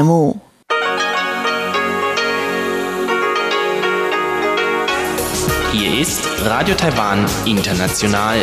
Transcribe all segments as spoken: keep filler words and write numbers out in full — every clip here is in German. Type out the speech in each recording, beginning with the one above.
目。 Hier ist Radio Taiwan International.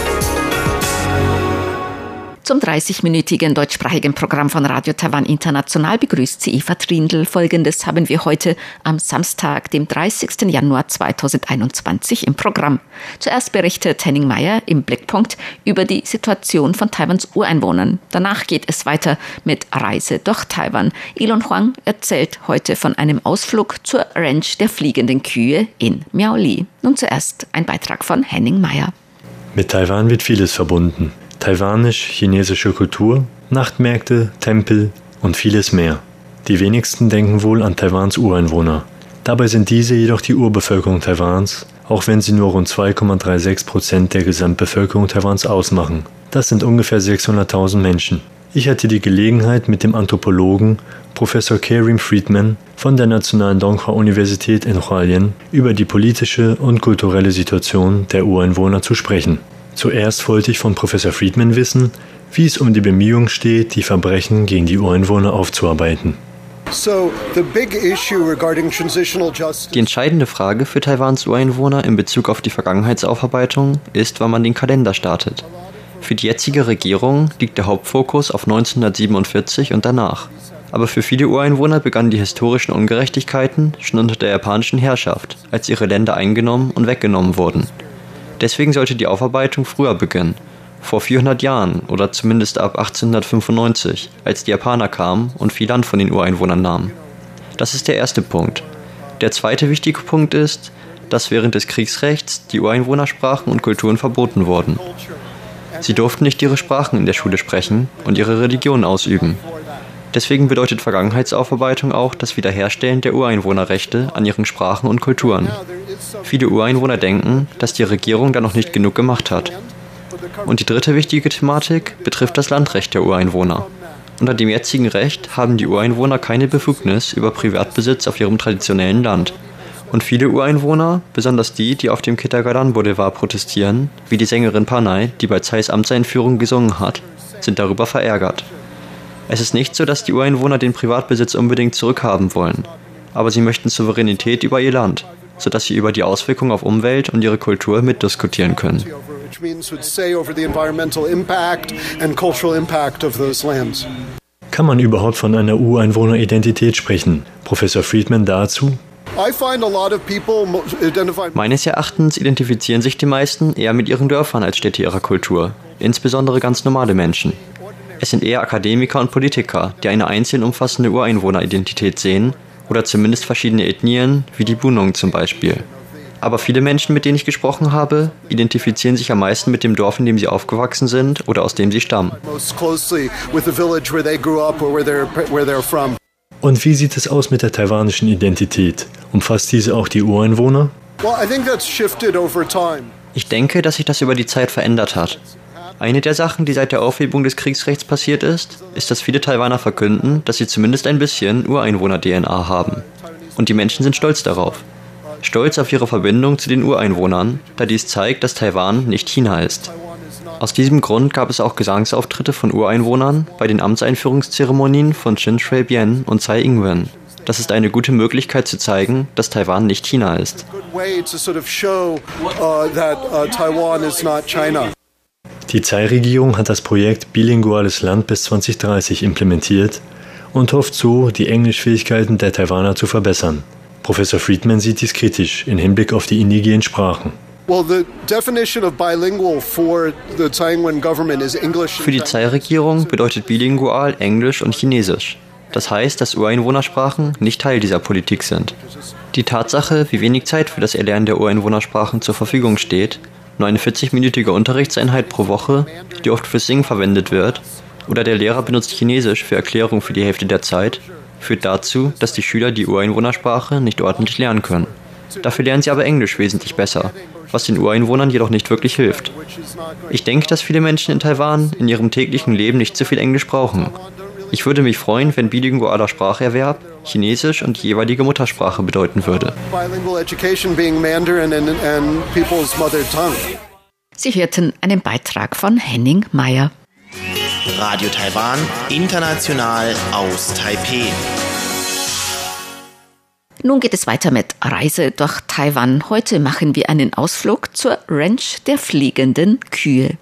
Zum dreißigminütigen deutschsprachigen Programm von Radio Taiwan International begrüßt sie Eva Trindl. Folgendes haben wir heute am Samstag, dem dreißigsten Januar zweitausendeinundzwanzig im Programm. Zuerst berichtet Henning Meyer im Blickpunkt über die Situation von Taiwans Ureinwohnern. Danach geht es weiter mit Reise durch Taiwan. Elon Huang erzählt heute von einem Ausflug zur Ranch der fliegenden Kühe in Miaoli. Nun zuerst ein Beitrag von Henning Meyer. Mit Taiwan wird vieles verbunden. Taiwanisch-chinesische Kultur, Nachtmärkte, Tempel und vieles mehr. Die wenigsten denken wohl an Taiwans Ureinwohner. Dabei sind diese jedoch die Urbevölkerung Taiwans, auch wenn sie nur rund zwei Komma sechsunddreißig Prozent der Gesamtbevölkerung Taiwans ausmachen. Das sind ungefähr sechshunderttausend Menschen. Ich hatte die Gelegenheit, mit dem Anthropologen Professor Karim Friedman von der Nationalen Donghua-Universität in Hualien über die politische und kulturelle Situation der Ureinwohner zu sprechen. Zuerst wollte ich von Professor Friedman wissen, wie es um die Bemühungen steht, die Verbrechen gegen die Ureinwohner aufzuarbeiten. Die entscheidende Frage für Taiwans Ureinwohner in Bezug auf die Vergangenheitsaufarbeitung ist, wann man den Kalender startet. Für die jetzige Regierung liegt der Hauptfokus auf neunzehnhundertsiebenundvierzig und danach. Aber für viele Ureinwohner begannen die historischen Ungerechtigkeiten schon unter der japanischen Herrschaft, als ihre Länder eingenommen und weggenommen wurden. Deswegen sollte die Aufarbeitung früher beginnen, vor vierhundert Jahren oder zumindest ab achtzehnhundertfünfundneunzig, als die Japaner kamen und viel Land von den Ureinwohnern nahmen. Das ist der erste Punkt. Der zweite wichtige Punkt ist, dass während des Kriegsrechts die Ureinwohnersprachen und Kulturen verboten wurden. Sie durften nicht ihre Sprachen in der Schule sprechen und ihre Religion ausüben. Deswegen bedeutet Vergangenheitsaufarbeitung auch das Wiederherstellen der Ureinwohnerrechte an ihren Sprachen und Kulturen. Viele Ureinwohner denken, dass die Regierung da noch nicht genug gemacht hat. Und die dritte wichtige Thematik betrifft das Landrecht der Ureinwohner. Unter dem jetzigen Recht haben die Ureinwohner keine Befugnis über Privatbesitz auf ihrem traditionellen Land. Und viele Ureinwohner, besonders die, die auf dem Kitagadan Boulevard protestieren, wie die Sängerin Panay, die bei Tsais Amtseinführung gesungen hat, sind darüber verärgert. Es ist nicht so, dass die Ureinwohner den Privatbesitz unbedingt zurückhaben wollen, aber sie möchten Souveränität über ihr Land, sodass sie über die Auswirkungen auf Umwelt und ihre Kultur mitdiskutieren können. Kann man überhaupt von einer Ureinwohneridentität sprechen? Professor Friedman dazu? Meines Erachtens identifizieren sich die meisten eher mit ihren Dörfern als Städte ihrer Kultur, insbesondere ganz normale Menschen. Es sind eher Akademiker und Politiker, die eine einzeln umfassende Ureinwohneridentität sehen oder zumindest verschiedene Ethnien, wie die Bunong zum Beispiel. Aber viele Menschen, mit denen ich gesprochen habe, identifizieren sich am meisten mit dem Dorf, in dem sie aufgewachsen sind oder aus dem sie stammen. Und wie sieht es aus mit der taiwanischen Identität? Umfasst diese auch die Ureinwohner? Ich denke, dass sich das über die Zeit verändert hat. Eine der Sachen, die seit der Aufhebung des Kriegsrechts passiert ist, ist, dass viele Taiwaner verkünden, dass sie zumindest ein bisschen Ureinwohner-D N A haben. Und die Menschen sind stolz darauf. Stolz auf ihre Verbindung zu den Ureinwohnern, da dies zeigt, dass Taiwan nicht China ist. Aus diesem Grund gab es auch Gesangsauftritte von Ureinwohnern bei den Amtseinführungszeremonien von Chin Shui-bian und Tsai Ing-wen. Das ist eine gute Möglichkeit zu zeigen, dass Taiwan nicht China ist. Die Tsai-Regierung hat das Projekt Bilinguales Land bis zweitausenddreißig implementiert und hofft so, die Englischfähigkeiten der Taiwaner zu verbessern. Professor Friedman sieht dies kritisch im Hinblick auf die indigenen Sprachen. Für die Tsai-Regierung bedeutet bilingual Englisch und Chinesisch. Das heißt, dass Ureinwohnersprachen nicht Teil dieser Politik sind. Die Tatsache, wie wenig Zeit für das Erlernen der Ureinwohnersprachen zur Verfügung steht, nur eine vierzig-minütige Unterrichtseinheit pro Woche, die oft fürs Singen verwendet wird, oder der Lehrer benutzt Chinesisch für Erklärung für die Hälfte der Zeit, führt dazu, dass die Schüler die Ureinwohnersprache nicht ordentlich lernen können. Dafür lernen sie aber Englisch wesentlich besser, was den Ureinwohnern jedoch nicht wirklich hilft. Ich denke, dass viele Menschen in Taiwan in ihrem täglichen Leben nicht so viel Englisch brauchen. Ich würde mich freuen, wenn bilingualer Spracherwerb Chinesisch und die jeweilige Muttersprache bedeuten würde. Sie hörten einen Beitrag von Henning Meyer. Radio Taiwan, international aus Taipeh. Nun geht es weiter mit Reise durch Taiwan. Heute machen wir einen Ausflug zur Ranch der fliegenden Kühe.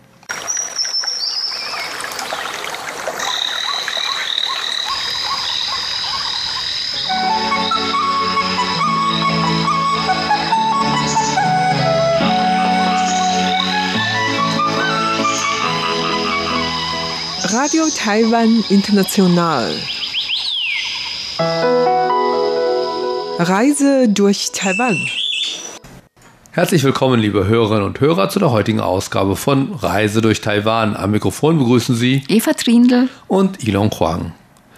Radio Taiwan International. Reise durch Taiwan. Herzlich willkommen, liebe Hörerinnen und Hörer, zu der heutigen Ausgabe von Reise durch Taiwan. Am Mikrofon begrüßen Sie Eva Trindl und Ilong Huang.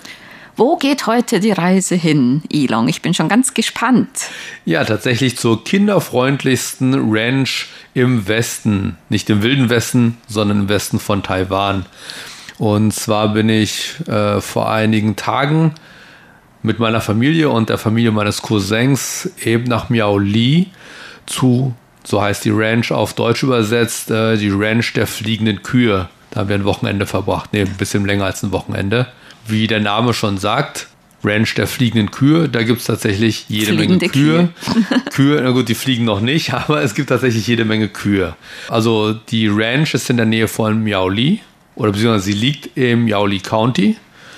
Wo geht heute die Reise hin, Ilong? Ich bin schon ganz gespannt. Ja, tatsächlich zur kinderfreundlichsten Ranch im Westen. Nicht im wilden Westen, sondern im Westen von Taiwan. Und zwar bin ich äh, vor einigen Tagen mit meiner Familie und der Familie meines Cousins eben nach Miaoli zu, so heißt die Ranch auf Deutsch übersetzt, äh, die Ranch der fliegenden Kühe. Da haben wir ein Wochenende verbracht, ne, ein bisschen länger als ein Wochenende. Wie der Name schon sagt, Ranch der fliegenden Kühe, da gibt es tatsächlich jede Fliegende Menge Kühe. Kühe. Kühe, na gut, die fliegen noch nicht, aber es gibt tatsächlich jede Menge Kühe. Also die Ranch ist in der Nähe von Miaoli. Oder beziehungsweise sie liegt im Miaoli County.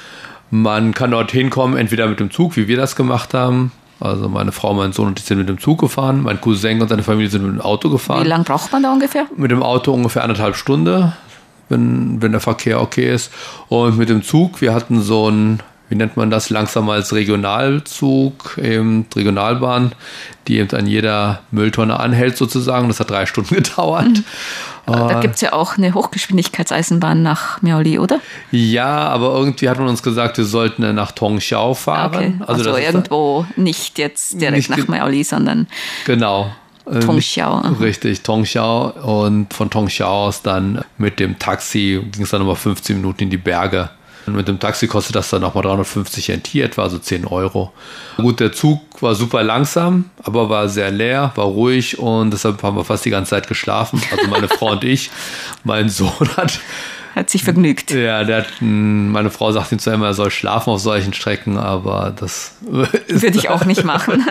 Man kann dort hinkommen, entweder mit dem Zug, wie wir das gemacht haben. Also meine Frau, mein Sohn und ich sind mit dem Zug gefahren. Mein Cousin und seine Familie sind mit dem Auto gefahren. Wie lange braucht man da ungefähr? Mit dem Auto ungefähr anderthalb Stunden, wenn, wenn der Verkehr okay ist. Und mit dem Zug, wir hatten so ein, wie nennt man das, langsam als Regionalzug, eben Regionalbahn, die eben an jeder Mülltonne anhält sozusagen. Das hat drei Stunden gedauert. Mhm. Da gibt es ja auch eine Hochgeschwindigkeitseisenbahn nach Miaoli, oder? Ja, aber irgendwie hat man uns gesagt, wir sollten nach Tongxiao fahren. Okay. Also, also irgendwo nicht jetzt direkt nicht nach Miaoli, sondern genau. Tongxiao. Nicht, richtig, Tongxiao. Und von Tongxiao aus dann mit dem Taxi ging es dann nochmal fünfzehn Minuten in die Berge. Und mit dem Taxi kostet das dann nochmal dreihundertfünfzig N T etwa, also zehn Euro. Gut, der Zug war super langsam, aber war sehr leer, war ruhig und deshalb haben wir fast die ganze Zeit geschlafen. Also meine Frau und ich. Mein Sohn hat... Hat sich vergnügt. Ja, der hat, meine Frau sagt ihm zwar immer, er soll schlafen auf solchen Strecken, aber das ist... Würde ich auch nicht machen.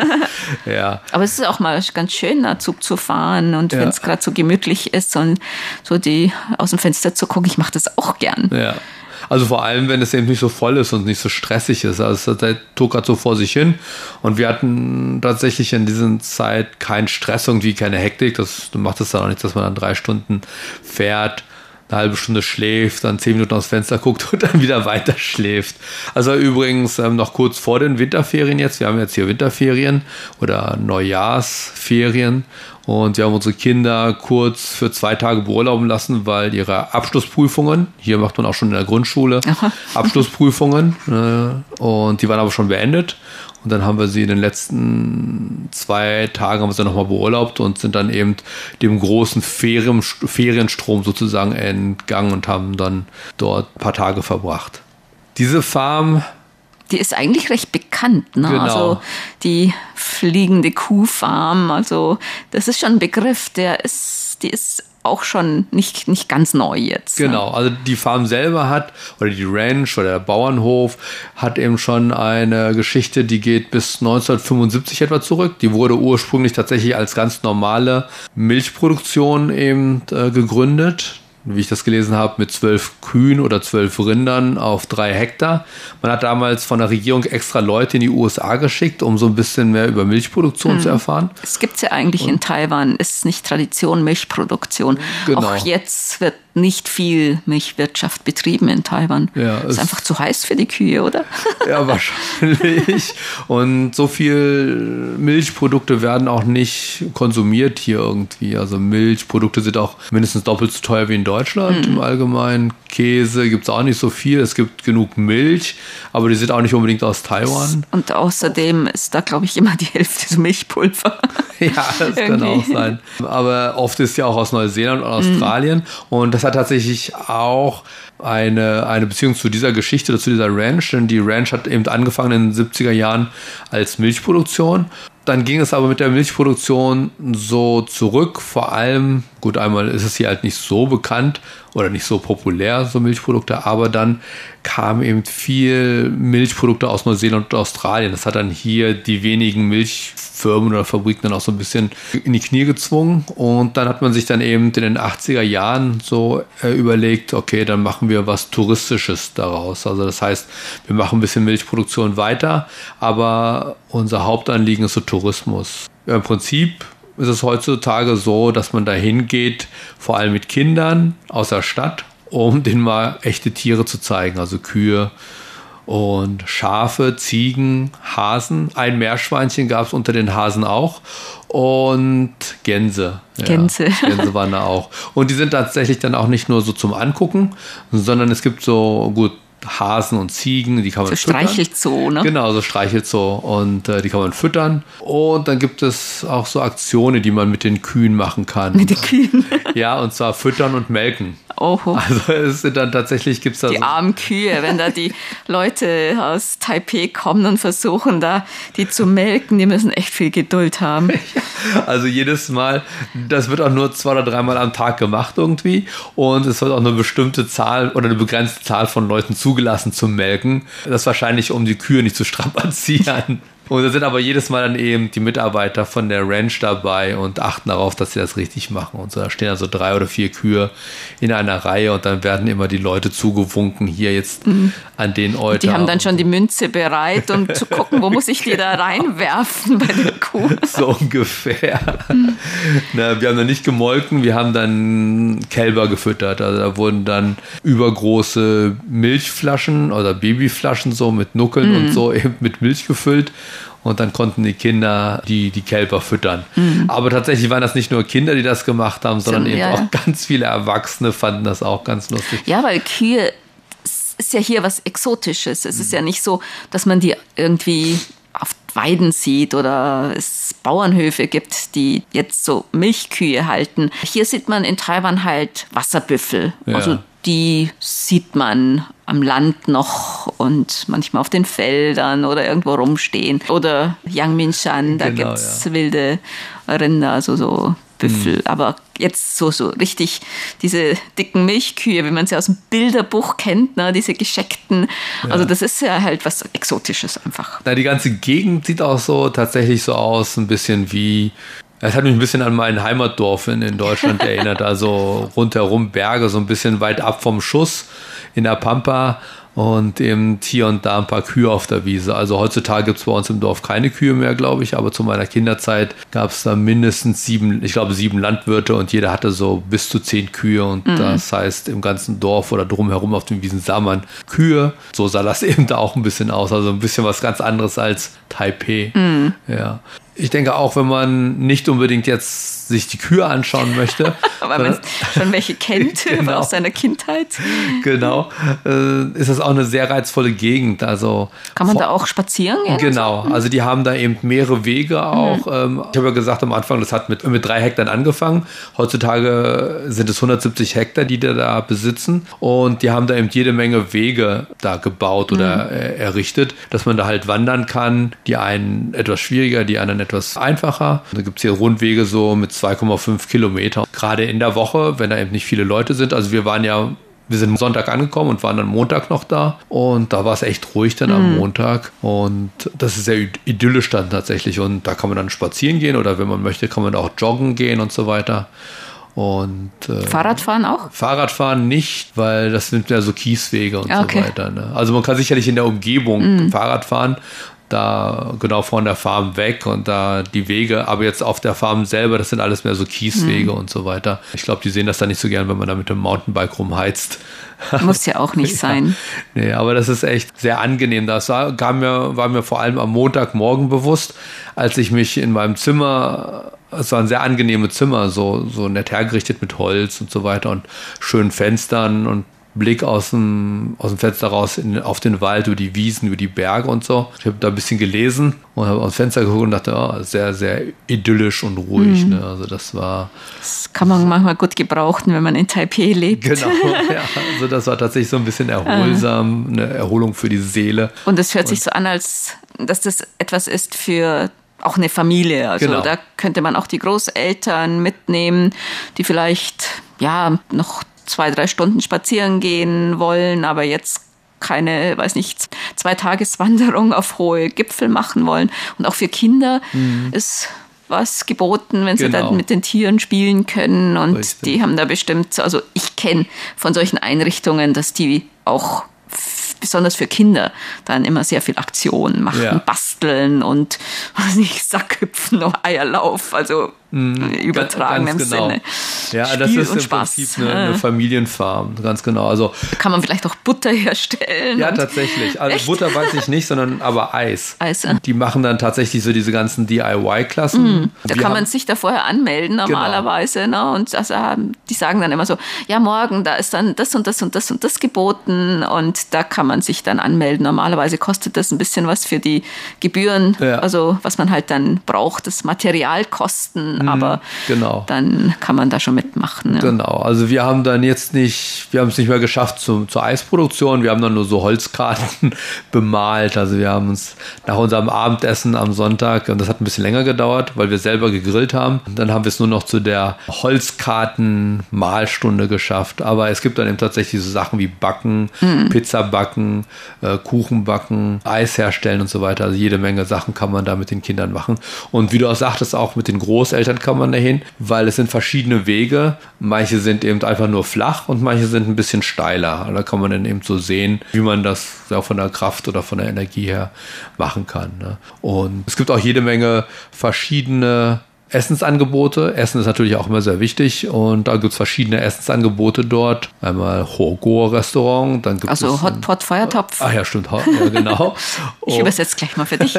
Ja. Aber es ist auch mal ganz schön, Zug zu fahren und ja. Wenn es gerade so gemütlich ist und so die aus dem Fenster zu gucken, ich mache das auch gern. Ja. Also vor allem, wenn es eben nicht so voll ist und nicht so stressig ist. Also der Zug gerade so vor sich hin. Und wir hatten tatsächlich in dieser Zeit keinen Stress, irgendwie keine Hektik. Das macht es dann auch nicht, dass man dann drei Stunden fährt, eine halbe Stunde schläft, dann zehn Minuten aus dem Fenster guckt und dann wieder weiter schläft. Also übrigens ähm, noch kurz vor den Winterferien jetzt. Wir haben jetzt hier Winterferien oder Neujahrsferien. Und wir haben unsere Kinder kurz für zwei Tage beurlauben lassen, weil ihre Abschlussprüfungen, hier macht man auch schon in der Grundschule, Aha. Abschlussprüfungen, äh, und die waren aber schon beendet. Und dann haben wir sie in den letzten zwei Tagen haben wir sie nochmal beurlaubt und sind dann eben dem großen Ferien, Ferienstrom sozusagen entgangen und haben dann dort ein paar Tage verbracht. Diese Farm... Die ist eigentlich recht bekannt, ne? Genau. Also die fliegende Kuhfarm, also das ist schon ein Begriff, der ist, die ist auch schon nicht, nicht ganz neu jetzt. Genau, ne? Also die Farm selber hat, oder die Ranch oder der Bauernhof hat eben schon eine Geschichte, die geht bis neunzehnhundertfünfundsiebzig etwa zurück. Die wurde ursprünglich tatsächlich als ganz normale Milchproduktion eben äh, gegründet. Wie ich das gelesen habe, mit zwölf Kühen oder zwölf Rindern auf drei Hektar. Man hat damals von der Regierung extra Leute in die U S A geschickt, um so ein bisschen mehr über Milchproduktion hm. zu erfahren. Es gibt es ja eigentlich Und in Taiwan, ist nicht Tradition Milchproduktion. Genau. Auch jetzt wird nicht viel Milchwirtschaft betrieben in Taiwan. Ja, ist einfach zu heiß für die Kühe, oder? Ja, wahrscheinlich. Und so viel Milchprodukte werden auch nicht konsumiert hier irgendwie. Also Milchprodukte sind auch mindestens doppelt so teuer wie in Deutschland mhm. im Allgemeinen. Käse gibt es auch nicht so viel. Es gibt genug Milch, aber die sind auch nicht unbedingt aus Taiwan. Und außerdem ist da, glaube ich, immer die Hälfte so Milchpulver. Ja, das kann auch sein. Aber oft ist ja auch aus Neuseeland und Australien. Mhm. Und das hat tatsächlich auch eine, eine Beziehung zu dieser Geschichte oder zu dieser Ranch. Denn die Ranch hat eben angefangen in den siebziger Jahren als Milchproduktion. Dann ging es aber mit der Milchproduktion so zurück, vor allem Gut, einmal ist es hier halt nicht so bekannt oder nicht so populär, so Milchprodukte, aber dann kamen eben viel Milchprodukte aus Neuseeland und Australien. Das hat dann hier die wenigen Milchfirmen oder Fabriken dann auch so ein bisschen in die Knie gezwungen. Und dann hat man sich dann eben in den achtziger Jahren so äh, überlegt, okay, dann machen wir was Touristisches daraus. Also das heißt, wir machen ein bisschen Milchproduktion weiter, aber unser Hauptanliegen ist so Tourismus. Ja, im Prinzip ist es heutzutage so, dass man da hingeht, vor allem mit Kindern aus der Stadt, um denen mal echte Tiere zu zeigen, also Kühe und Schafe, Ziegen, Hasen. Ein Meerschweinchen gab es unter den Hasen auch und Gänse. Gänse. Ja, Gänse waren da auch. Und die sind tatsächlich dann auch nicht nur so zum Angucken, sondern es gibt so, gut, Hasen und Ziegen, die kann man so füttern. So Streichelzoo, ne? Genau, so Streichelzoo und äh, die kann man füttern. Und dann gibt es auch so Aktionen, die man mit den Kühen machen kann. Mit den Kühen? Ja, und zwar füttern und melken. Oho. Also es sind dann tatsächlich, gibt es da die so armen Kühe, wenn da die Leute aus Taipei kommen und versuchen da die zu melken, die müssen echt viel Geduld haben. Also jedes Mal, das wird auch nur zwei oder dreimal am Tag gemacht irgendwie und es wird auch eine bestimmte Zahl oder eine begrenzte Zahl von Leuten zugelassen zum Melken. Das ist wahrscheinlich, um die Kühe nicht zu strapazieren. Und da sind aber jedes Mal dann eben die Mitarbeiter von der Ranch dabei und achten darauf, dass sie das richtig machen. Und so, da stehen also drei oder vier Kühe in einer Reihe und dann werden immer die Leute zugewunken, hier jetzt mhm. an den Euter. Die haben dann schon die Münze bereit, um zu gucken, wo muss ich die da reinwerfen bei der Kuh. So ungefähr. Mhm. Na, wir haben dann nicht gemolken, wir haben dann Kälber gefüttert. Also da wurden dann übergroße Milchflaschen oder Babyflaschen so mit Nuckeln mhm. und so eben mit Milch gefüllt. Und dann konnten die Kinder die, die Kälber füttern. Mhm. Aber tatsächlich waren das nicht nur Kinder, die das gemacht haben, sondern eben ja, auch ja. ganz viele Erwachsene fanden das auch ganz lustig. Ja, weil Kühe ist ja hier was Exotisches. Es mhm. ist ja nicht so, dass man die irgendwie auf Weiden sieht oder es Bauernhöfe gibt, die jetzt so Milchkühe halten. Hier sieht man in Taiwan halt Wasserbüffel. Ja. Also die sieht man am Land noch und manchmal auf den Feldern oder irgendwo rumstehen. Oder Yangmingshan, da genau, gibt's ja. wilde Rinder, also so Büffel. Mhm. Aber jetzt so, so richtig diese dicken Milchkühe, wie man sie aus dem Bilderbuch kennt, ne? Diese gescheckten. Ja. Also das ist ja halt was Exotisches einfach. Na, die ganze Gegend sieht auch so tatsächlich so aus, ein bisschen wie... Es hat mich ein bisschen an mein Heimatdorf in, in Deutschland erinnert, also rundherum Berge, so ein bisschen weit ab vom Schuss in der Pampa und eben hier und da ein paar Kühe auf der Wiese. Also heutzutage gibt es bei uns im Dorf keine Kühe mehr, glaube ich, aber zu meiner Kinderzeit gab es da mindestens sieben, ich glaube sieben Landwirte und jeder hatte so bis zu zehn Kühe und mhm. das heißt im ganzen Dorf oder drumherum auf den Wiesen sah man Kühe. So sah das eben da auch ein bisschen aus, also ein bisschen was ganz anderes als Taipei. Mhm. Ja. Ich denke auch, wenn man nicht unbedingt jetzt sich die Kühe anschauen möchte. Weil man schon welche kennt genau. aus seiner Kindheit. Genau. Äh, ist das auch eine sehr reizvolle Gegend. Also kann man vor, da auch spazieren gehen? Genau. Also die haben da eben mehrere Wege auch. Mhm. Ich habe ja gesagt am Anfang, das hat mit, mit drei Hektar angefangen. Heutzutage sind es hundertsiebzig Hektar, die da, da besitzen. Und die haben da eben jede Menge Wege da gebaut oder mhm. äh, errichtet, dass man da halt wandern kann. Die einen etwas schwieriger, die anderen etwas einfacher. Da gibt es hier Rundwege so mit zwei Komma fünf Kilometer. Gerade in der Woche, wenn da eben nicht viele Leute sind. Also wir waren ja, wir sind Sonntag angekommen und waren dann Montag noch da. Und da war es echt ruhig dann mhm. am Montag. Und das ist sehr idyllisch dann tatsächlich. Und da kann man dann spazieren gehen oder wenn man möchte, kann man auch joggen gehen und so weiter. Und äh, Fahrradfahren auch? Fahrradfahren nicht, weil das sind ja so Kieswege und okay. so weiter. Ne? Also man kann sicherlich in der Umgebung mhm. Fahrrad fahren, da genau von der Farm weg und da die Wege, aber jetzt auf der Farm selber, das sind alles mehr so Kieswege mhm. und so weiter. Ich glaube, die sehen das da nicht so gern, wenn man da mit dem Mountainbike rumheizt. Muss ja auch nicht sein. Ja, nee, aber das ist echt sehr angenehm. Das war, war, mir, war mir vor allem am Montagmorgen bewusst, als ich mich in meinem Zimmer, es war ein sehr angenehmes Zimmer, so, so nett hergerichtet mit Holz und so weiter und schönen Fenstern und Blick aus dem, aus dem Fenster raus in, auf den Wald, über die Wiesen, über die Berge und so. Ich habe da ein bisschen gelesen und habe aus dem Fenster geguckt und dachte, oh, sehr, sehr idyllisch und ruhig. Mhm. Ne? Also das war... Das kann man manchmal gut gebrauchen, wenn man in Taipei lebt. Genau, ja. Also das war tatsächlich so ein bisschen erholsam, eine Erholung für die Seele. Und es hört und sich so an, als dass das etwas ist für auch eine Familie. Also genau. Da könnte man auch die Großeltern mitnehmen, die vielleicht ja noch zwei, drei Stunden spazieren gehen wollen, aber jetzt keine, weiß nicht, Zweitageswanderung auf hohe Gipfel machen wollen. Und auch für Kinder mhm. ist was geboten, wenn sie genau. dann mit den Tieren spielen können. Und Richtig. Die haben da bestimmt, also ich kenne von solchen Einrichtungen, dass die auch besonders für Kinder dann immer sehr viel Aktion machen, ja. basteln und weiß nicht, Sackhüpfen, Eierlauf, also mm, übertragenem ganz genau. Sinne. Ja, Spiel das ist und im Spaß. Prinzip eine, eine Familienfarm, ganz genau. Also kann man vielleicht auch Butter herstellen? Ja, tatsächlich. Also echt? Butter weiß ich nicht, sondern aber Eis. Eis. Ja. Die machen dann tatsächlich so diese ganzen D I Y-Klassen. Mm, da Wir kann man sich da vorher anmelden normalerweise. Genau. Ne? Und also, die sagen dann immer so, ja morgen, da ist dann das und das und das und das geboten und da kann man sich dann anmelden. Normalerweise kostet das ein bisschen was für die Gebühren, ja. also was man halt dann braucht, das Materialkosten, mhm, aber genau. dann kann man da schon mitmachen. Ja. Genau, also wir haben dann jetzt nicht, wir haben es nicht mehr geschafft zum, zur Eisproduktion, wir haben dann nur so Holzkarten bemalt, also wir haben uns nach unserem Abendessen am Sonntag, und das hat ein bisschen länger gedauert, weil wir selber gegrillt haben, dann haben wir es nur noch zu der Holzkarten-Malstunde geschafft, aber es gibt dann eben tatsächlich so Sachen wie Backen, mhm. Pizza backen, äh, Kuchen backen, Eis herstellen und so weiter. Also jede Menge Sachen kann man da mit den Kindern machen. Und wie du auch sagtest, auch mit den Großeltern kann man dahin, weil es sind verschiedene Wege. Manche sind eben einfach nur flach und manche sind ein bisschen steiler. Da kann man dann eben so sehen, wie man das auch von der Kraft oder von der Energie her machen kann. Ne? Und es gibt auch jede Menge verschiedene Essensangebote. Essen ist natürlich auch immer sehr wichtig und da gibt es verschiedene Essensangebote dort. Einmal Hogo-Restaurant, dann gibt also es... Hotpot, Feuertopf. Ach ja, stimmt, ja, genau. Ich übersetze gleich mal für dich.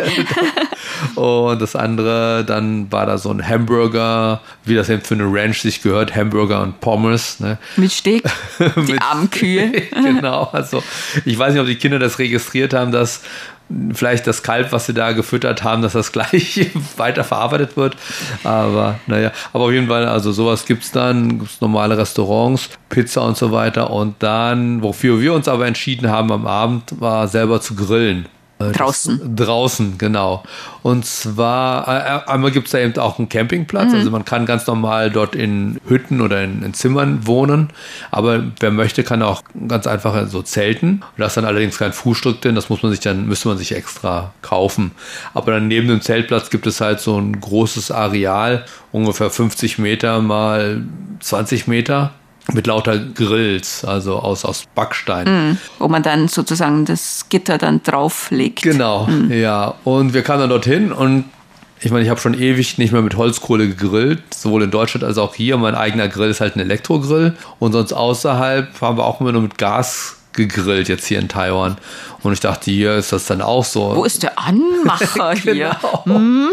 Und das andere, dann war da so ein Hamburger, wie das eben für eine Ranch sich gehört, Hamburger und Pommes. Ne? Mit Steak, die armen Kühe. Genau, also ich weiß nicht, ob die Kinder das registriert haben, dass vielleicht das Kalb, was sie da gefüttert haben, dass das gleich weiter verarbeitet wird. Aber naja, aber auf jeden Fall, also sowas gibt es dann, gibt es normale Restaurants, Pizza und so weiter. Und dann, wofür wir uns aber entschieden haben am Abend, war selber zu grillen. Draußen. Das, draußen, genau. Und zwar, äh, einmal gibt es da eben auch einen Campingplatz, mhm. also man kann ganz normal dort in Hütten oder in, in Zimmern wohnen, aber wer möchte, kann auch ganz einfach so zelten. Da ist dann allerdings kein Frühstück drin, das muss man sich dann, müsste man sich extra kaufen. Aber dann neben dem Zeltplatz gibt es halt so ein großes Areal, ungefähr fünfzig Meter mal zwanzig Meter. Mit lauter Grills, also aus, aus Backstein. Mm, wo man dann sozusagen das Gitter dann drauflegt. Genau, mm. ja. Und wir kamen dann dorthin und ich meine, ich habe schon ewig nicht mehr mit Holzkohle gegrillt, sowohl in Deutschland als auch hier. Mein eigener Grill ist halt ein Elektrogrill und sonst außerhalb haben wir auch immer nur mit Gas gegrillt jetzt hier in Taiwan. Und ich dachte, hier ist das dann auch so. Wo ist der Anmacher hier? Genau. Hm.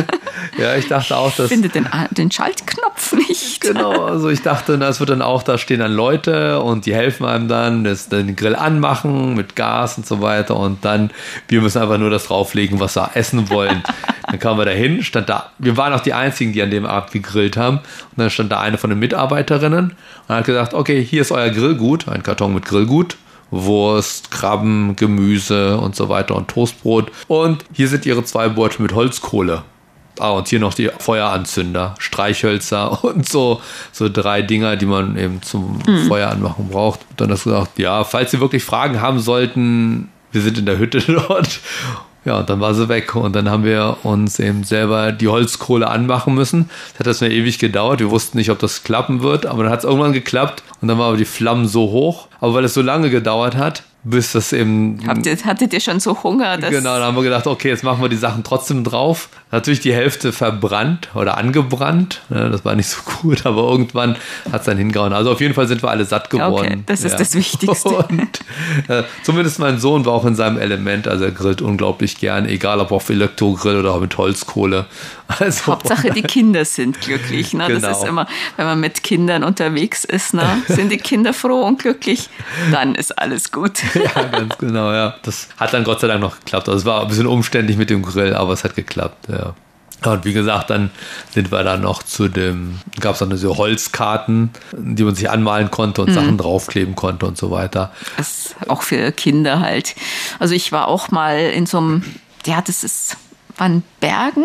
Ja, ich dachte auch, dass... Ich finde den, den Schaltknopf nicht. Genau, also ich dachte, es wird dann auch, da stehen dann Leute und die helfen einem dann, das, den Grill anmachen mit Gas und so weiter und dann, wir müssen einfach nur das drauflegen, was wir essen wollen. Dann kamen wir dahin, stand da, wir waren auch die Einzigen, die an dem Abend gegrillt haben und dann stand da eine von den Mitarbeiterinnen und hat gesagt, okay, hier ist euer Grillgut, ein Karton mit Grillgut. Wurst, Krabben, Gemüse und so weiter und Toastbrot. Und hier sind ihre zwei Beutel mit Holzkohle. Ah, und hier noch die Feueranzünder, Streichhölzer und so, so drei Dinger, die man eben zum mhm. Feuer anmachen braucht. Und dann hast du gesagt, ja, falls Sie wirklich Fragen haben sollten, wir sind in der Hütte dort. Ja, und dann war sie weg und dann haben wir uns eben selber die Holzkohle anmachen müssen. Das hat das mir ewig gedauert. Wir wussten nicht, ob das klappen wird, aber dann hat es irgendwann geklappt und dann waren aber die Flammen so hoch. Aber weil es so lange gedauert hat, bis das eben... Habt ihr, hattet ihr schon so Hunger? Dass genau, dann haben wir gedacht, okay, jetzt machen wir die Sachen trotzdem drauf. Natürlich die Hälfte verbrannt oder angebrannt. Ja, das war nicht so gut, aber irgendwann hat es dann hingehauen. Also auf jeden Fall sind wir alle satt geworden. Okay, das ist ja. das Wichtigste. Und äh, zumindest mein Sohn war auch in seinem Element. Also er grillt unglaublich gern, egal ob auf Elektrogrill oder mit Holzkohle. Also, Hauptsache die Kinder sind glücklich. Ne? Genau. Das ist immer, wenn man mit Kindern unterwegs ist, ne? Sind die Kinder froh und glücklich, dann ist alles gut. Ja, ganz genau, ja. Das hat dann Gott sei Dank noch geklappt. Also es war ein bisschen umständlich mit dem Grill, aber es hat geklappt, ja. Und wie gesagt, dann sind wir dann noch zu dem, gab es dann so Holzkarten, die man sich anmalen konnte und mhm. Sachen draufkleben konnte und so weiter. Das ist auch für Kinder halt. Also ich war auch mal in so einem, ja, das ist, waren Bergen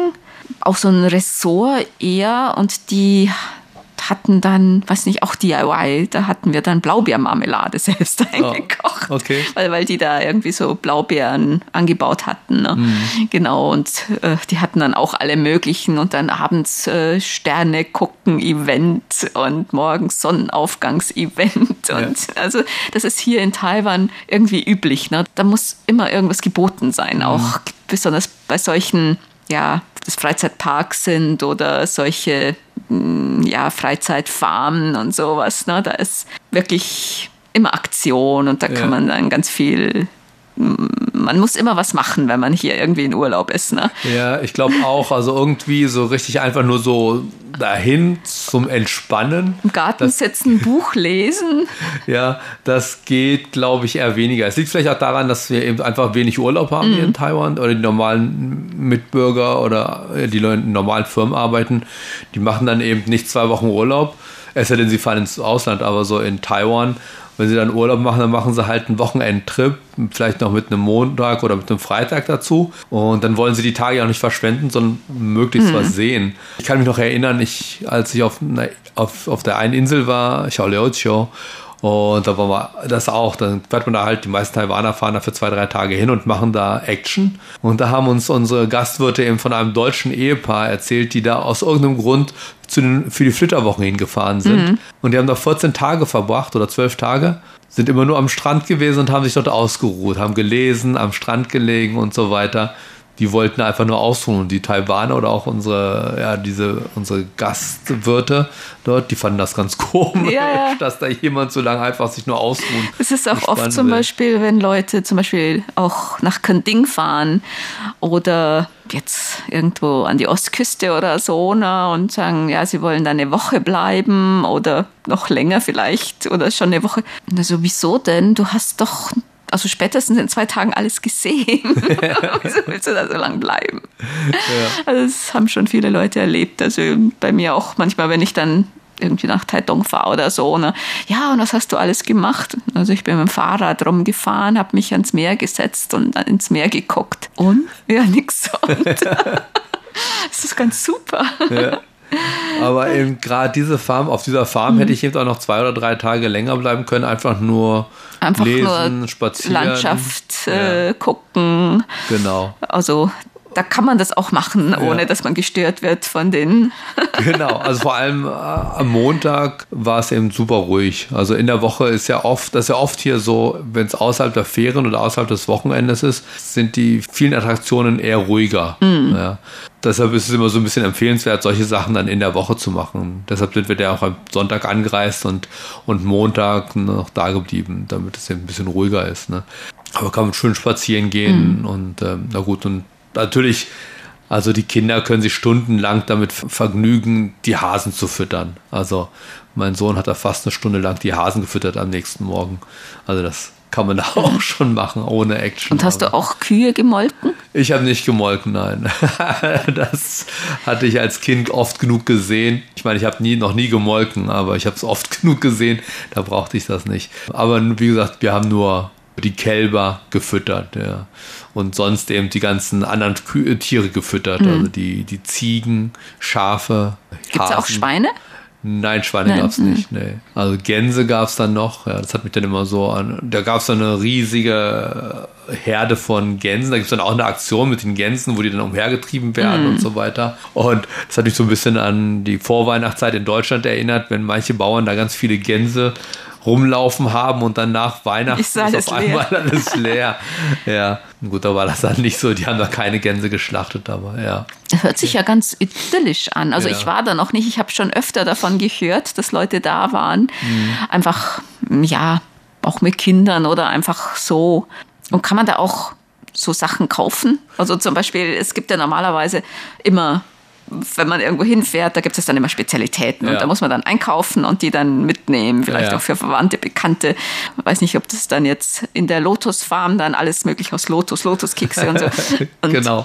auch so ein Ressort eher und die hatten dann, weiß nicht, auch D I Y, da hatten wir dann Blaubeermarmelade selbst eingekocht, oh, okay. weil, weil die da irgendwie so Blaubeeren angebaut hatten. Ne? Mm. Genau, und äh, die hatten dann auch alle möglichen und dann abends äh, Sterne gucken Event und morgens Sonnenaufgangs-Event. Und ja. Also das ist hier in Taiwan irgendwie üblich. Ne? Da muss immer irgendwas geboten sein, mm. auch besonders bei solchen, ja, das Freizeitparks sind oder solche ja, Freizeitfarmen und sowas. Ne? Da ist wirklich immer Aktion und da kann ja. man dann ganz viel, man muss immer was machen, wenn man hier irgendwie in Urlaub ist. Ne? Ja, ich glaube auch, also irgendwie so richtig einfach nur so dahin zum Entspannen. Im Garten das, sitzen, Buch lesen. Ja, das geht, glaube ich, eher weniger. Es liegt vielleicht auch daran, dass wir eben einfach wenig Urlaub haben mm. hier in Taiwan oder die normalen Mitbürger oder die Leute in normalen Firmen arbeiten. Die machen dann eben nicht zwei Wochen Urlaub, es sei denn, sie fahren ins Ausland, aber so in Taiwan. Wenn sie dann Urlaub machen, dann machen sie halt einen Wochenendtrip, vielleicht noch mit einem Montag oder mit einem Freitag dazu. Und dann wollen sie die Tage auch nicht verschwenden, sondern möglichst mhm. was sehen. Ich kann mich noch erinnern, ich, als ich auf, auf, auf der einen Insel war, Xiaoliuqiu, und da war man das auch, dann fährt man da halt, die meisten Taiwaner fahren da für zwei, drei Tage hin und machen da Action. Und da haben uns unsere Gastwirte eben von einem deutschen Ehepaar erzählt, die da aus irgendeinem Grund zu den, für die Flitterwochen hingefahren sind. Mhm. Und die haben da vierzehn Tage verbracht oder zwölf Tage, sind immer nur am Strand gewesen und haben sich dort ausgeruht, haben gelesen, am Strand gelegen und so weiter. Die wollten einfach nur ausruhen. Und die Taiwaner oder auch unsere, ja, diese, unsere Gastwirte dort, die fanden das ganz komisch, ja, ja. dass da jemand so lange einfach sich nur ausruhen. Es ist auch oft zum will. Beispiel, wenn Leute zum Beispiel auch nach Kending fahren oder jetzt irgendwo an die Ostküste oder so, ne, und sagen, ja, sie wollen da eine Woche bleiben oder noch länger vielleicht oder schon eine Woche. Also wieso denn? Du hast doch also spätestens in zwei Tagen alles gesehen. Wieso willst du da so lange bleiben? Ja. Also das haben schon viele Leute erlebt. Also bei mir auch manchmal, wenn ich dann irgendwie nach Taitung fahre oder so. Ne? Ja, und was hast du alles gemacht? Also ich bin mit dem Fahrrad rumgefahren, habe mich ans Meer gesetzt und dann ins Meer geguckt. Und? Ja, nix. Und das ist ganz super. Ja. Aber eben gerade diese Farm, auf dieser Farm mhm. hätte ich eben auch noch zwei oder drei Tage länger bleiben können, einfach nur einfach lesen, nur spazieren. Landschaft äh, ja. gucken. Genau. Also da kann man das auch machen, ohne ja. dass man gestört wird von den... Genau, also vor allem äh, am Montag war es eben super ruhig. Also in der Woche ist ja oft, das ist ja oft hier so, wenn es außerhalb der Ferien oder außerhalb des Wochenendes ist, sind die vielen Attraktionen eher ruhiger. Mhm. Ja. Deshalb ist es immer so ein bisschen empfehlenswert, solche Sachen dann in der Woche zu machen. Deshalb sind wir da auch am Sonntag angereist und, und Montag noch da geblieben, damit es eben ein bisschen ruhiger ist. Ne? Aber kann man schön spazieren gehen mhm. und ähm, na gut, und natürlich, also die Kinder können sich stundenlang damit vergnügen, die Hasen zu füttern. Also mein Sohn hat da fast eine Stunde lang die Hasen gefüttert am nächsten Morgen. Also das kann man da auch schon machen, ohne Action. Und hast du auch Kühe gemolken? Ich habe nicht gemolken, nein. Das hatte ich als Kind oft genug gesehen. Ich meine, ich habe nie, noch nie gemolken, aber ich habe es oft genug gesehen, da brauchte ich das nicht. Aber wie gesagt, wir haben nur die Kälber gefüttert, ja. Und sonst eben die ganzen anderen Kü- Tiere gefüttert, mhm. also die, die Ziegen, Schafe, Gibt es auch Schweine? Nein, Schweine gab es nicht. Nee. Also Gänse gab es dann noch. Ja, das hat mich dann immer so an. Da gab es dann eine riesige Herde von Gänsen. Da gibt es dann auch eine Aktion mit den Gänsen, wo die dann umhergetrieben werden mm. und so weiter. Und das hat mich so ein bisschen an die Vorweihnachtszeit in Deutschland erinnert, wenn manche Bauern da ganz viele Gänse rumlaufen haben und dann nach Weihnachten ist, ist auf einmal leer. alles leer. Ja, gut, da war das dann nicht so. Die haben da keine Gänse geschlachtet, aber ja. Das hört sich ja ganz idyllisch an. Also ja. ich war da noch nicht. Ich habe schon öfter davon gehört, dass Leute da waren. Mhm. Einfach, ja, auch mit Kindern oder einfach so. Und kann man da auch so Sachen kaufen? Also zum Beispiel, es gibt ja normalerweise immer, wenn man irgendwo hinfährt, da gibt es dann immer Spezialitäten ja. und da muss man dann einkaufen und die dann mitnehmen, vielleicht ja, ja. auch für Verwandte, Bekannte. Ich weiß nicht, ob das dann jetzt in der Lotus Farm dann alles möglich aus Lotus, Lotuskekse und so. Und genau.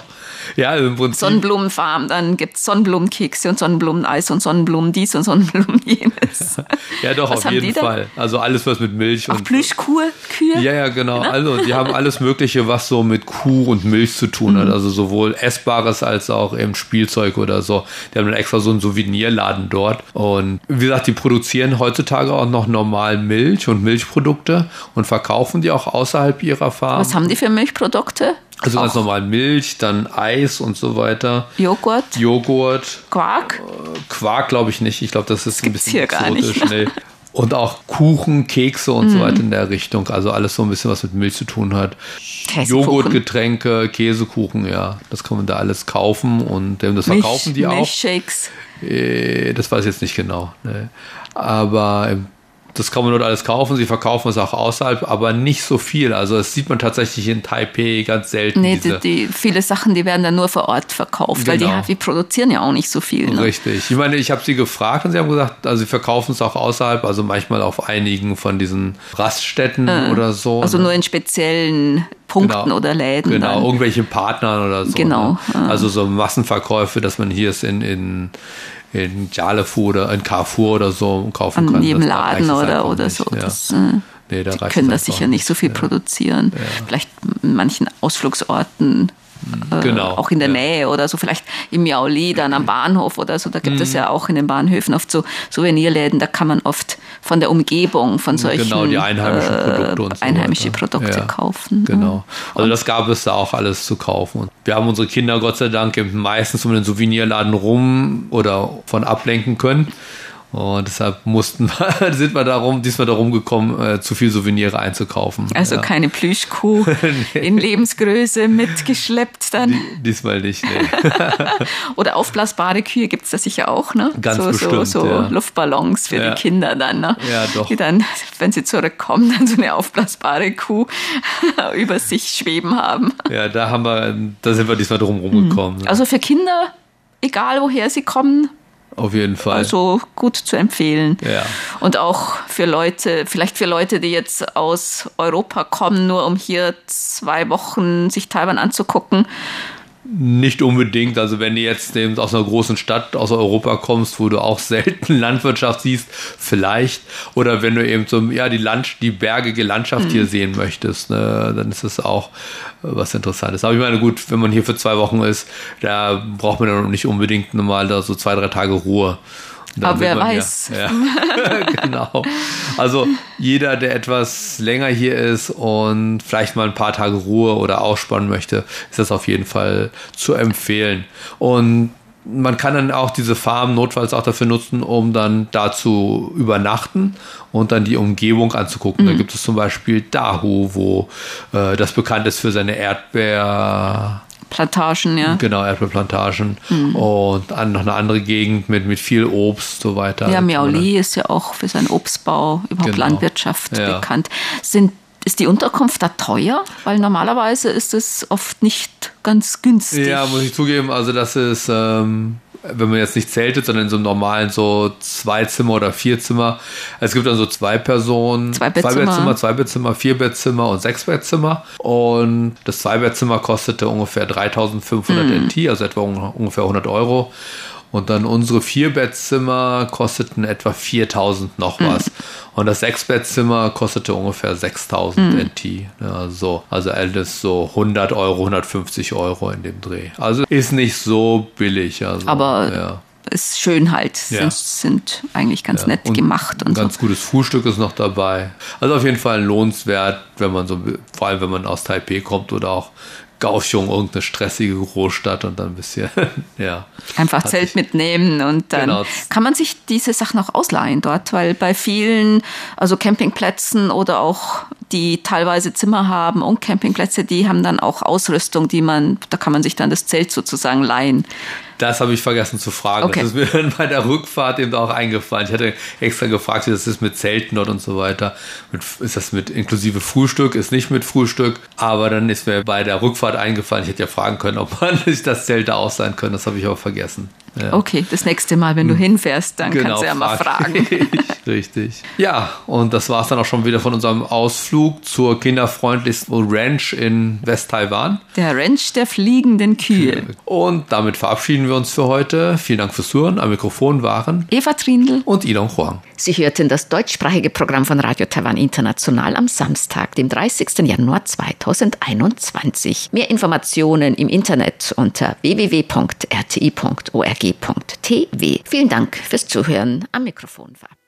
Ja, also im Prinzip. Sonnenblumenfarm, dann gibt es Sonnenblumenkekse und Sonnenblumeneis und Sonnenblumen dies und Sonnenblumen jenes. Ja, doch, was auf jeden Fall. Also alles, was mit Milch auch und... Plüschkuh, Kühe? Ja, ja, genau. Ne? Also die haben alles Mögliche, was so mit Kuh und Milch zu tun hat. Mhm. Also sowohl Essbares als auch eben Spielzeug oder so. Die haben dann extra so einen Souvenirladen dort. Und wie gesagt, die produzieren heutzutage auch noch normal Milch und Milchprodukte und verkaufen die auch außerhalb ihrer Farm. Was haben die für Milchprodukte? Also ganz Auch normal Milch, dann Eis und so weiter. Joghurt? Joghurt. Quark? Quark glaube ich nicht. Ich glaube, das ist das ein gibt's bisschen hier gar nicht. Nee. Und auch Kuchen, Kekse und mm. so weiter in der Richtung. Also alles so ein bisschen, was mit Milch zu tun hat. Joghurtgetränke, Käsekuchen, ja. Das kann man da alles kaufen und das Milch, verkaufen die auch. Milchshakes? Das weiß ich jetzt nicht genau. Nee. Aber das kann man dort alles kaufen. Sie verkaufen es auch außerhalb, aber nicht so viel. Also das sieht man tatsächlich in Taipei ganz selten. Nee, die, die, viele Sachen, die werden dann nur vor Ort verkauft, genau. Weil die, die produzieren ja auch nicht so viel. Ne? Richtig. Ich meine, ich habe sie gefragt und sie haben gesagt, also sie verkaufen es auch außerhalb, also manchmal auf einigen von diesen Raststätten äh, oder so. Also ne? nur in speziellen Punkten genau. oder Läden. Genau, dann. Irgendwelche Partnern oder so. Genau. Ne? Also so Massenverkäufe, dass man hier ist in... in in Jalefu oder in Carrefour oder so kaufen kann. An jedem Laden oder, oder nicht. so. Ja. Das, äh, nee, da die können das sicher nicht so viel ja. produzieren. Ja. Vielleicht in manchen Ausflugsorten, äh, genau. auch in der ja. Nähe oder so, vielleicht im Miaoli, dann am Bahnhof oder so. Da gibt mhm. es ja auch in den Bahnhöfen oft so Souvenirläden, da kann man oft von der Umgebung, von solchen genau, die einheimischen Produkte, äh, und so einheimische weiter. Produkte ja. kaufen. Genau. Also das gab es da auch alles zu kaufen. Wir haben unsere Kinder Gott sei Dank meistens um den Souvenirladen rum oder von ablenken können. Und deshalb mussten wir, sind wir darum, diesmal darum gekommen, äh, zu viel Souvenire einzukaufen. Also ja. keine Plüschkuh nee. in Lebensgröße mitgeschleppt dann. Die, diesmal nicht, nee. Oder aufblasbare Kühe gibt es da sicher auch, ne? Ganz so, bestimmt, so, so ja. Luftballons für ja. die Kinder dann, ne? Ja, doch. Die dann, wenn sie zurückkommen, dann so eine aufblasbare Kuh über sich schweben haben. Ja, da haben wir, da sind wir diesmal drum rumgekommen. Mhm. Also für Kinder, egal woher sie kommen, auf jeden Fall. Also gut zu empfehlen. Ja. Und auch für Leute, vielleicht für Leute, die jetzt aus Europa kommen, nur um hier zwei Wochen sich Taiwan anzugucken. Nicht unbedingt. Also wenn du jetzt eben aus einer großen Stadt aus Europa kommst, wo du auch selten Landwirtschaft siehst, vielleicht. Oder wenn du eben so ja, die, Land, die bergige Landschaft mhm. hier sehen möchtest, ne, dann ist es auch was Interessantes. Aber ich meine, gut, wenn man hier für zwei Wochen ist, da braucht man dann nicht unbedingt mal da so zwei, drei Tage Ruhe. Aber wer weiß. Ja, ja. Genau. Also jeder, der etwas länger hier ist und vielleicht mal ein paar Tage Ruhe oder ausspannen möchte, ist das auf jeden Fall zu empfehlen. Und man kann dann auch diese Farm notfalls auch dafür nutzen, um dann da zu übernachten und dann die Umgebung anzugucken. Mhm. Da gibt es zum Beispiel Dahu, wo äh, das bekannt ist für seine Erdbeer... Plantagen, ja. Genau, Erdbeerplantagen mhm. und an, noch eine andere Gegend mit, mit viel Obst so weiter. Ja, Miaoli ist ja auch für seinen Obstbau, überhaupt genau. Landwirtschaft ja. bekannt. Sind, ist die Unterkunft da teuer? Weil normalerweise ist es oft nicht ganz günstig. Ja, muss ich zugeben, also das ist... Ähm wenn man jetzt nicht zeltet, sondern in so einem normalen so zwei Zimmer oder vier Zimmer. Es gibt dann so zwei Personen, zwei Bettzimmer, zwei Bettzimmer, zwei Bettzimmer, vier Bettzimmer und sechs Bettzimmer. Und das zwei Bettzimmer kostete ungefähr dreitausendfünfhundert mm. N T, also etwa ungefähr hundert Euro. Und dann unsere vier Bettzimmer kosteten etwa viertausend noch was. Mm. Und das sechs Bettzimmer kostete ungefähr sechstausend mm. N T. Ja, so. Also alles so hundert Euro, hundertfünfzig Euro in dem Dreh. Also ist nicht so billig. Also, aber ja. ist schön halt. Ja. Sind, sind eigentlich ganz ja. nett und gemacht. Und ein ganz so. gutes Frühstück ist noch dabei. Also auf jeden Fall lohnenswert, wenn man so, vor allem wenn man aus Taipei kommt oder auch Kaohsiung, irgendeine stressige Großstadt und dann ein bisschen, ja. Einfach Zelt sich, mitnehmen und dann genau. kann man sich diese Sachen auch ausleihen dort, weil bei vielen, also Campingplätzen oder auch die teilweise Zimmer haben und Campingplätze, die haben dann auch Ausrüstung, die man, da kann man sich dann das Zelt sozusagen leihen. Das habe ich vergessen zu fragen. Okay. Das ist mir dann bei der Rückfahrt eben auch eingefallen. Ich hatte extra gefragt, wie das ist mit Zelten dort und so weiter. Mit, ist das mit inklusive Frühstück? Ist nicht mit Frühstück. Aber dann ist mir bei der Rückfahrt eingefallen, ich hätte ja fragen können, ob man sich das Zelt da ausleihen können. Das habe ich aber vergessen. Ja. Okay, das nächste Mal, wenn du hinfährst, dann genau, kannst du ja mal fragen. Richtig. Ja, und das war es dann auch schon wieder von unserem Ausflug zur kinderfreundlichsten Ranch in West-Taiwan. Der Ranch der fliegenden Kühe. Und damit verabschieden wir uns für heute. Vielen Dank fürs Zuhören. Am Mikrofon waren Eva Trindl und Ilon Huang. Sie hörten das deutschsprachige Programm von Radio Taiwan International am Samstag, dem dreißigsten Januar zweitausendeinundzwanzig. Mehr Informationen im Internet unter w w w punkt r t i punkt org punkt t w. Vielen Dank fürs Zuhören. Am Mikrofon war